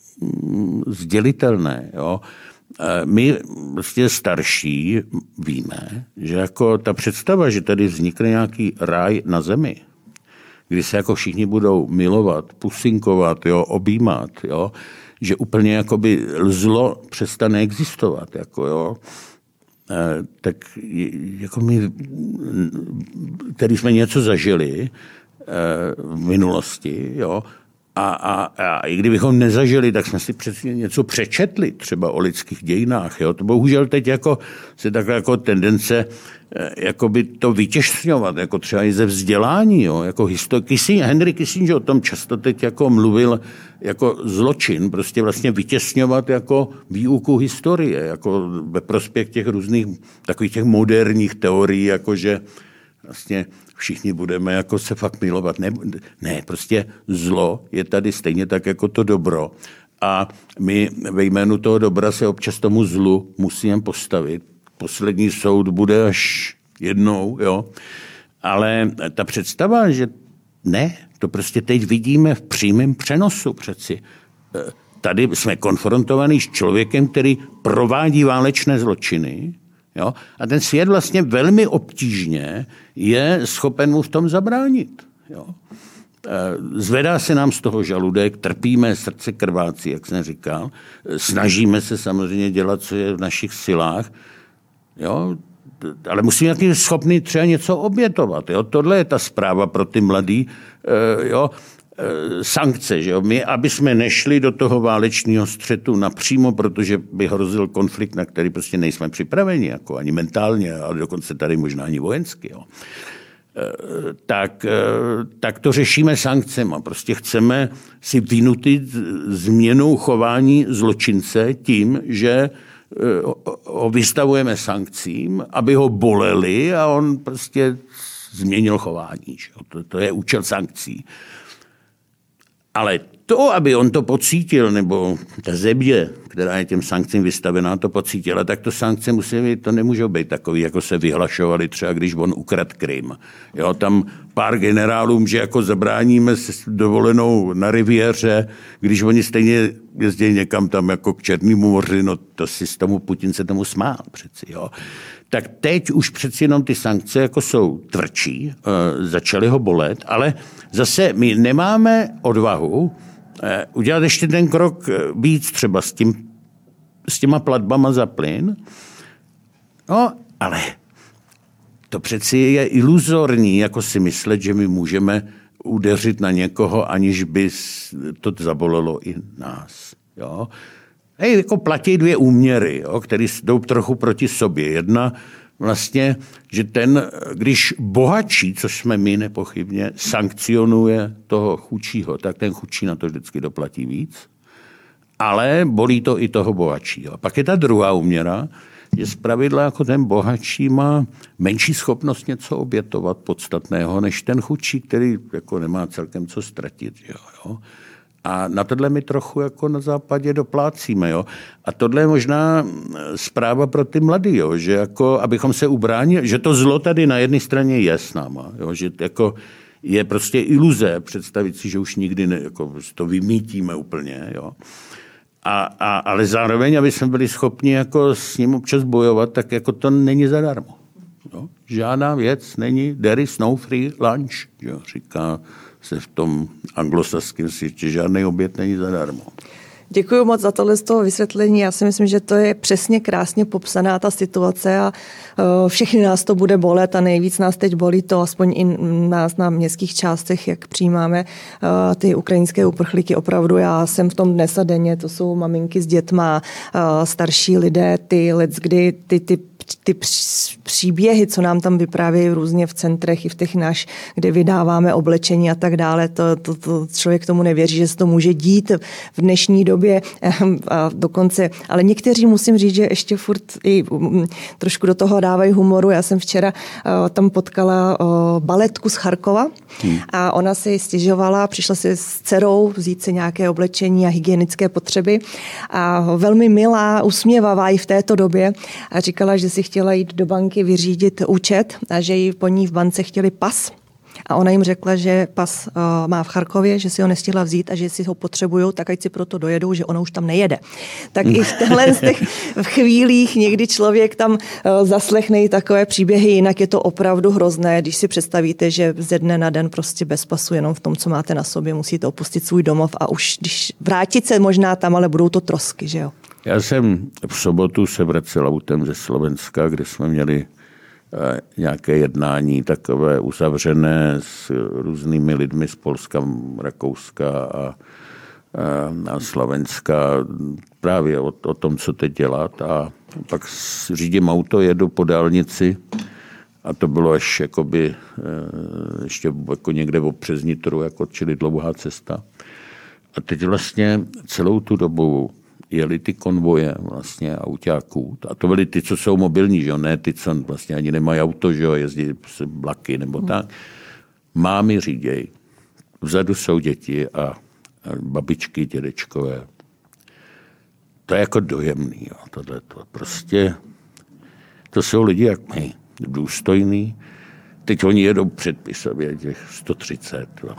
S3: sdělitelné, jo. My prostě starší víme, že jako ta představa, že tady vznikne nějaký ráj na zemi, kdy se jako všichni budou milovat, pusinkovat, jo, objímat, jo, že úplně jakoby zlo přestane existovat, jako jo, tak jako my, který jsme něco zažili v minulosti, jo, A, a, a i kdybychom nezažili, tak jsme si přesně něco přečetli, třeba o lidských dějinách. Jo? To bohužel teď jako, se taková jako tendence jako by to vytěžňovat, jako třeba i ze vzdělání. Jo? Jako histor- Kissinger, Henry Kissinger o tom často teď jako mluvil jako zločin, prostě vlastně vytěsňovat jako výuku historie, jako ve prospěch těch různých takových těch moderních teorií, jakože vlastně všichni budeme jako se fakt milovat. Ne, ne, prostě zlo je tady stejně tak jako to dobro. A my ve jménu toho dobra se občas tomu zlu musíme postavit. Poslední soud bude až jednou, jo. Ale ta představa, že ne, to prostě teď vidíme v přímém přenosu přeci. Tady jsme konfrontovaní s člověkem, který provádí válečné zločiny, jo? A ten svět vlastně velmi obtížně je schopen mu v tom zabránit. Jo? Zvedá se nám z toho žaludek, trpíme, srdce krvácí, jak jsem říkal. Snažíme se samozřejmě dělat, co je v našich silách. Jo? Ale musíme být schopni třeba něco obětovat. Jo? Tohle je ta zpráva pro ty mladý. Jo? Sankce, že jo? My, aby jsme nešli do toho válečného střetu napřímo, protože by hrozil konflikt, na který prostě nejsme připraveni, jako ani mentálně, ale dokonce tady možná ani vojensky, jo. Tak, tak to řešíme sankcemi. Prostě chceme si vynutit změnu chování zločince tím, že ho vystavujeme sankcím, aby ho boleli a on prostě změnil chování. Že jo? To, to je účel sankcí. Ale to, aby on to pocítil, nebo ta země, která je těm sankcím vystavená, to pocítila, tak to sankce musí být, to nemůžou být takový, jako se vyhlašovali třeba, když on ukradl Krym. Jo, tam pár generálům, že jako zabráníme s dovolenou na riviéře, když oni stejně jezdí někam tam jako k Černému moři, no to si s tomu Putin se tomu smál přeci, jo. Tak teď už přeci jenom ty sankce jako jsou tvrdší, e, začaly ho bolet, ale zase my nemáme odvahu e, udělat ještě ten krok víc třeba s, tím, s těma platbama za plyn. No, ale to přeci je iluzorní, jako si myslet, že my můžeme udeřit na někoho, aniž by to zabolelo i nás. Jo? Hej, jako platí dvě úměry, jo, které jdou trochu proti sobě. Jedna vlastně, že ten, když bohatší, což jsme my nepochybně, sankcionuje toho chudšího, tak ten chudší na to vždycky doplatí víc. Ale bolí to i toho bohatšího. Pak je ta druhá úměra, že zpravidla jako ten bohatší má menší schopnost něco obětovat podstatného, než ten chudší, který jako nemá celkem co ztratit. Jo, jo. A na tohle my trochu jako na západě doplácíme. Jo? A tohle je možná zpráva pro ty mladý, jo? Že jako, abychom se ubránili, že to zlo tady na jedné straně je s náma. Jo? Že jako je prostě iluze představit si, že už nikdy ne, jako to vymítíme úplně. Jo. A, a, ale zároveň, aby jsme byli schopni jako s ním občas bojovat, tak jako to není zadarmo. Jo. Žádná věc není, there is no free lunch, jo. Říká se v tom anglosaském světě, žádný oběd není zadarmo.
S1: Děkuji moc za tohle z toho vysvětlení. Já si myslím, že to je přesně krásně popsaná ta situace a uh, všechny nás to bude bolet a nejvíc nás teď bolí to, aspoň i nás na městských částech, jak přijímáme uh, ty ukrajinské uprchlíky. Opravdu já jsem v tom dnes a denně, to jsou maminky s dětma, uh, starší lidé, ty leckdy, ty, ty ty příběhy, co nám tam vyprávějí různě v centrech i v těch náš, kde vydáváme oblečení a tak dále, to, to, to člověk tomu nevěří, že se to může dít v dnešní době a dokonce, ale někteří musím říct, že ještě furt i trošku do toho dávají humoru. Já jsem včera tam potkala baletku z Charkova a ona si stěžovala, přišla si s dcerou vzít si nějaké oblečení a hygienické potřeby a velmi milá, usměvavá i v této době a říkala, že si chtěla jít do banky vyřídit účet a že jí po ní v bance chtěli pas. A ona jim řekla, že pas uh, má v Charkově, že si ho nestihla vzít a že si ho potřebují, tak ať si proto dojedou, že ona už tam nejede. Tak i v těchto z těch chvílích někdy člověk tam uh, zaslechne takové příběhy, jinak je to opravdu hrozné, když si představíte, že ze dne na den prostě bez pasu, jenom v tom, co máte na sobě, musíte opustit svůj domov a už když vrátit se možná tam, ale budou to trosky, že jo?
S3: Já jsem v sobotu se vracel autem ze Slovenska, kde jsme měli nějaké jednání takové uzavřené s různými lidmi z Polska, Rakouska a, a Slovenska právě o, o tom, co teď dělat. A pak řídím auto, jedu po dálnici a to bylo až jakoby, ještě jako někde přes Nitru, jako, čili dlouhá cesta. A teď vlastně celou tu dobu jeli ty konvoje vlastně autáků. A to byly ty, co jsou mobilní, že jo? Ne ty, co vlastně ani nemají auto, že jo? Jezdí vlaky nebo hmm. tak. Mámy říděj. Vzadu jsou děti a, a babičky, dědečkové. To je jako dojemný. Jo? Tohle to prostě, to jsou lidi jak my, důstojný. Teď oni jedou předpisově těch sto třicet. Jo?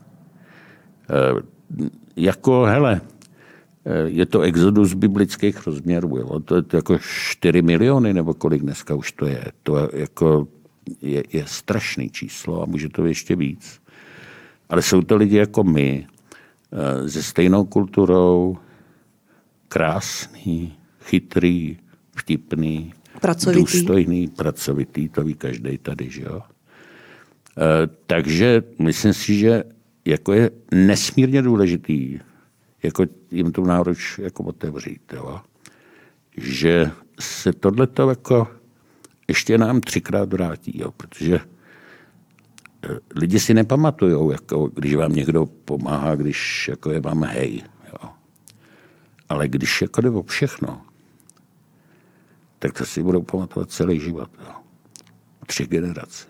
S3: E, jako, hele, je to exodus biblických rozměrů. Jo. To je to jako čtyři miliony, nebo kolik dneska už to je. To je, jako, je, je strašný číslo a může to ještě víc. Ale jsou to lidi jako my, se stejnou kulturou, krásný, chytrý, vtipný, pracovitý. důstojný, pracovitý, to ví každej tady, že jo. Takže myslím si, že jako je nesmírně důležitý jako jim tu náruč jako otevřít, jo. Že se tohleto jako ještě nám třikrát vrátí, jo, protože lidi si nepamatujou, jako když vám někdo pomáhá, když jako je vám hej, jo. Ale když jako jde o všechno, tak to si budou pamatovat celý život, jo. Tři generace.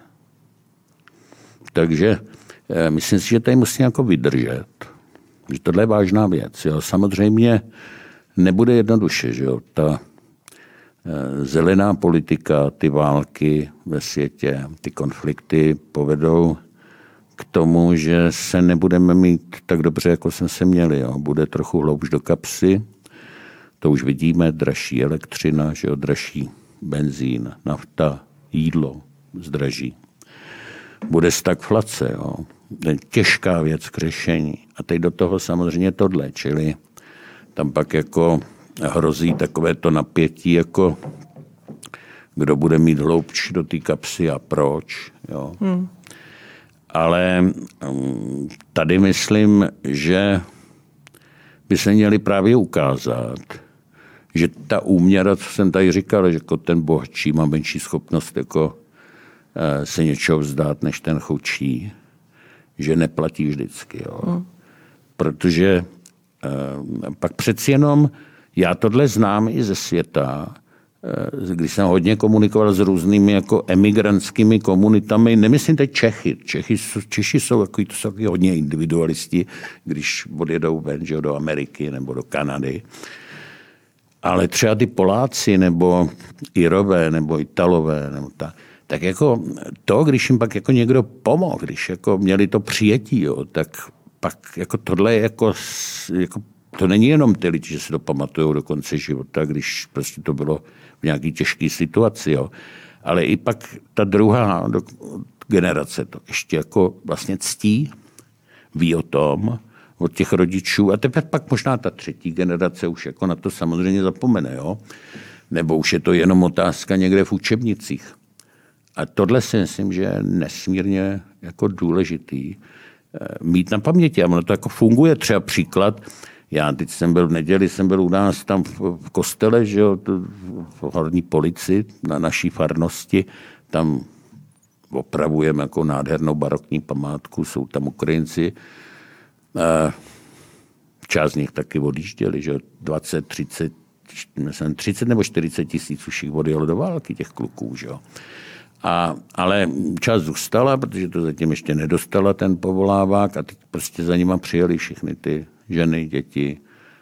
S3: Takže myslím si, že tady musí jako vydržet. Že tohle je vážná věc. Jo. Samozřejmě nebude jednoduše, že jo. Ta e, zelená politika, ty války ve světě, ty konflikty povedou k tomu, že se nebudeme mít tak dobře, jako jsme se měli. Jo. Bude trochu hloubš do kapsy. To už vidíme, dražší elektřina, že jo, dražší benzín, nafta, jídlo zdraží. Bude stagflace, jo. Těžká věc k řešení. A teď do toho samozřejmě tohle, čili tam pak jako hrozí takové to napětí, jako kdo bude mít hloubč do té kapsy a proč. Jo. Hmm. Ale tady myslím, že by se měli právě ukázat, že ta úměra, co jsem tady říkal, že jako ten bohatší má menší schopnost jako se něčeho vzdát, než ten chudší, že neplatí vždycky. Jo. Hmm. Protože eh, pak přeci jenom, já tohle znám i ze světa, eh, když jsem hodně komunikoval s různými jako emigrantskými komunitami, nemyslím teď Čechy. Čechy Češi jsou takový, to jsou hodně individualisti, když odjedou ven, že do Ameriky nebo do Kanady. Ale třeba ty Poláci nebo Irové nebo Italové, nebo ta, tak jako to, když jim pak jako někdo pomohl, když jako měli to přijetí, jo, tak pak jako tohle je jako, jako to není jenom ty lidi, že se to pamatujou do konce života, když prostě to bylo v nějaký těžké situaci, jo. Ale i pak ta druhá generace to ještě jako vlastně ctí, ví o tom, od těch rodičů a teprve pak možná ta třetí generace už jako na to samozřejmě zapomene, jo. Nebo už je to jenom otázka někde v učebnicích. A tohle si myslím, že je nesmírně jako důležitý mít na paměti. A ono to jako funguje. Třeba příklad, já teď jsem byl v neděli, jsem byl u nás tam v kostele, že jo, v horní Polici, na naší farnosti, tam opravujeme jako nádhernou barokní památku, jsou tam Ukrajinci. Část z nich taky odjížděli, že dvacet, třicet, myslím, třicet nebo čtyřicet tisíc už jich odjelo do války těch kluků, že jo. A, ale část zůstala, protože to zatím ještě nedostala ten povolávák a teď prostě za nima přijeli všechny ty ženy, děti,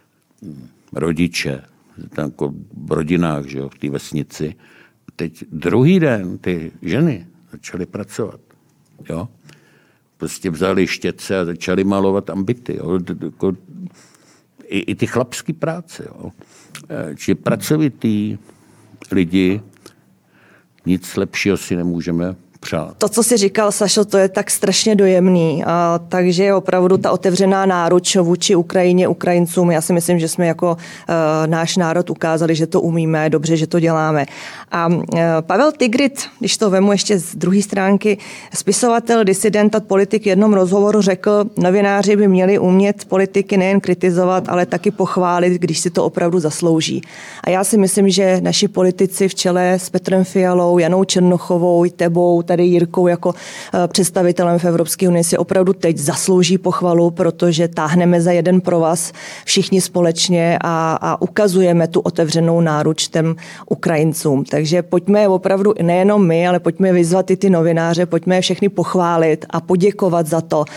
S3: rodiče, tam jako v rodinách, že jo, v té vesnici. Teď druhý den ty ženy začaly pracovat, jo. Prostě vzali štětce a začali malovat ambity, jo. Jako, i, i ty chlapský práce, jo. Čiže pracovitý lidi, nic lepšího si nemůžeme přát.
S1: To, co jsi říkal, Sašo, to je tak strašně dojemný. A, takže je opravdu ta otevřená náruč vůči Ukrajině, Ukrajincům. Já si myslím, že jsme jako uh, náš národ ukázali, že to umíme, dobře, že to děláme. A uh, Pavel Tigrit, když to vemu ještě z druhé stránky, spisovatel, disident a politik v jednom rozhovoru řekl, novináři by měli umět politiky nejen kritizovat, ale taky pochválit, když si to opravdu zaslouží. A já si myslím, že naši politici v čele s Petrem Fialou, Janou Černochovou, tebou, tady Jirkou jako představitelem v Evropské unii si opravdu teď zaslouží pochvalu, protože táhneme za jeden provaz všichni společně a, a ukazujeme tu otevřenou náruč těm Ukrajincům. Takže pojďme opravdu nejenom my, ale pojďme vyzvat i ty novináře, pojďme je všechny pochválit a poděkovat za to,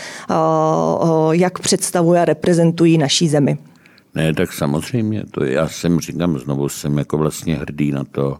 S1: jak představují a reprezentují naší zemi.
S3: Ne, tak samozřejmě. To já jsem, říkám, znovu jsem jako vlastně hrdý na to,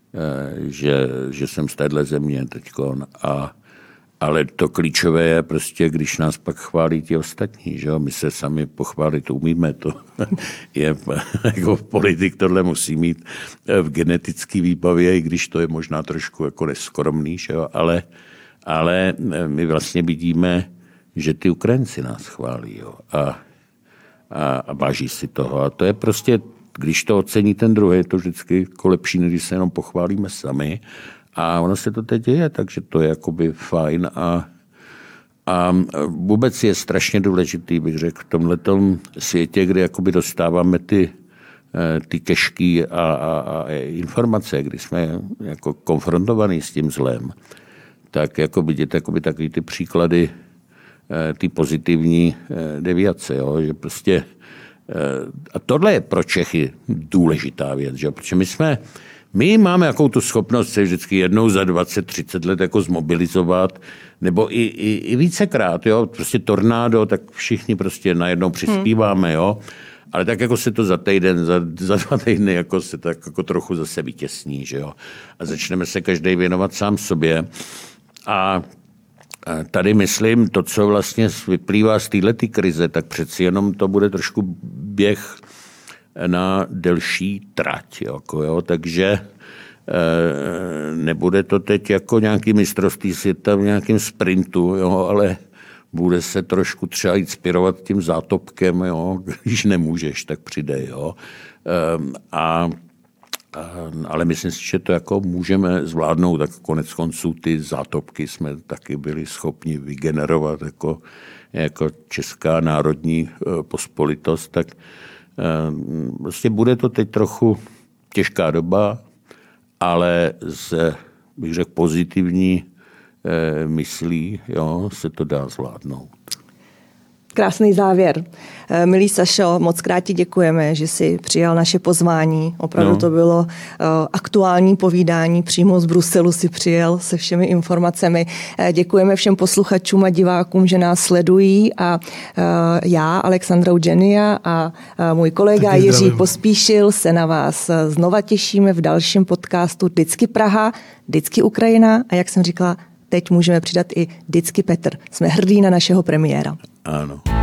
S3: Že, že jsem z téhle země teďkon. A, ale to klíčové je prostě, když nás pak chválí ti ostatní. Že? My se sami pochválit umíme. To je, jako politik tohle musí mít v genetické výbavě, i když to je možná trošku jako neskromný. Že? Ale, ale my vlastně vidíme, že ty Ukrajinci nás chválí. Jo? A, a, a váží si toho. A to je prostě, když to ocení ten druhý, je to vždycky jako lepší, než se jenom pochválíme sami. A ono se to teď děje, takže to je jakoby fajn. A, a vůbec je strašně důležitý, bych řekl, v tomhletom světě, kde jakoby dostáváme ty, ty těžké a, a, a informace, kdy jsme jako konfrontovaní s tím zlem, tak jako vidět jakoby takový ty příklady, ty pozitivní deviace, jo? Že prostě a tohle je pro Čechy důležitá věc, že? Protože my jsme, my máme jakou tu schopnost se vždycky jednou za dvacet třicet let jako zmobilizovat, nebo i, i, i vícekrát, jo, prostě tornádo, tak všichni prostě najednou přispíváme, jo, ale tak jako se to za týden, za, za dva týdny jako se tak jako trochu zase vytěsní, že jo, a začneme se každý věnovat sám sobě a tady myslím, to, co vlastně vyplývá z této krize, tak přeci jenom to bude trošku běh na delší trať. Jako, jo? Takže e, nebude to teď jako nějaký mistrovství světa v nějakém sprintu, jo? Ale bude se trošku třeba inspirovat tím zátopkem, jo? Když nemůžeš, tak přidej. Jo? E, a ale myslím si, že to jako můžeme zvládnout, tak konec konců ty zátopky jsme taky byli schopni vygenerovat jako, jako česká národní pospolitost, tak vlastně bude to teď trochu těžká doba, ale z, bych řekl, pozitivní myslí, jo, se to dá zvládnout.
S1: krásný závěr. Milý Sašo, moc krát ti děkujeme, že jsi přijal naše pozvání. Opravdu no. to bylo uh, aktuální povídání, přímo z Bruselu si přijel se všemi informacemi. Uh, děkujeme všem posluchačům a divákům, že nás sledují a uh, já, Alexandra Eugenia a uh, můj kolega Taky Jiří zdravím. Pospíšil se na vás znova těšíme v dalším podcastu Vždycky Praha, Vždycky Ukrajina a jak jsem říkala, teď můžeme přidat i Vždycky Petr. Jsme hrdí na našeho premiéra.
S3: Ano.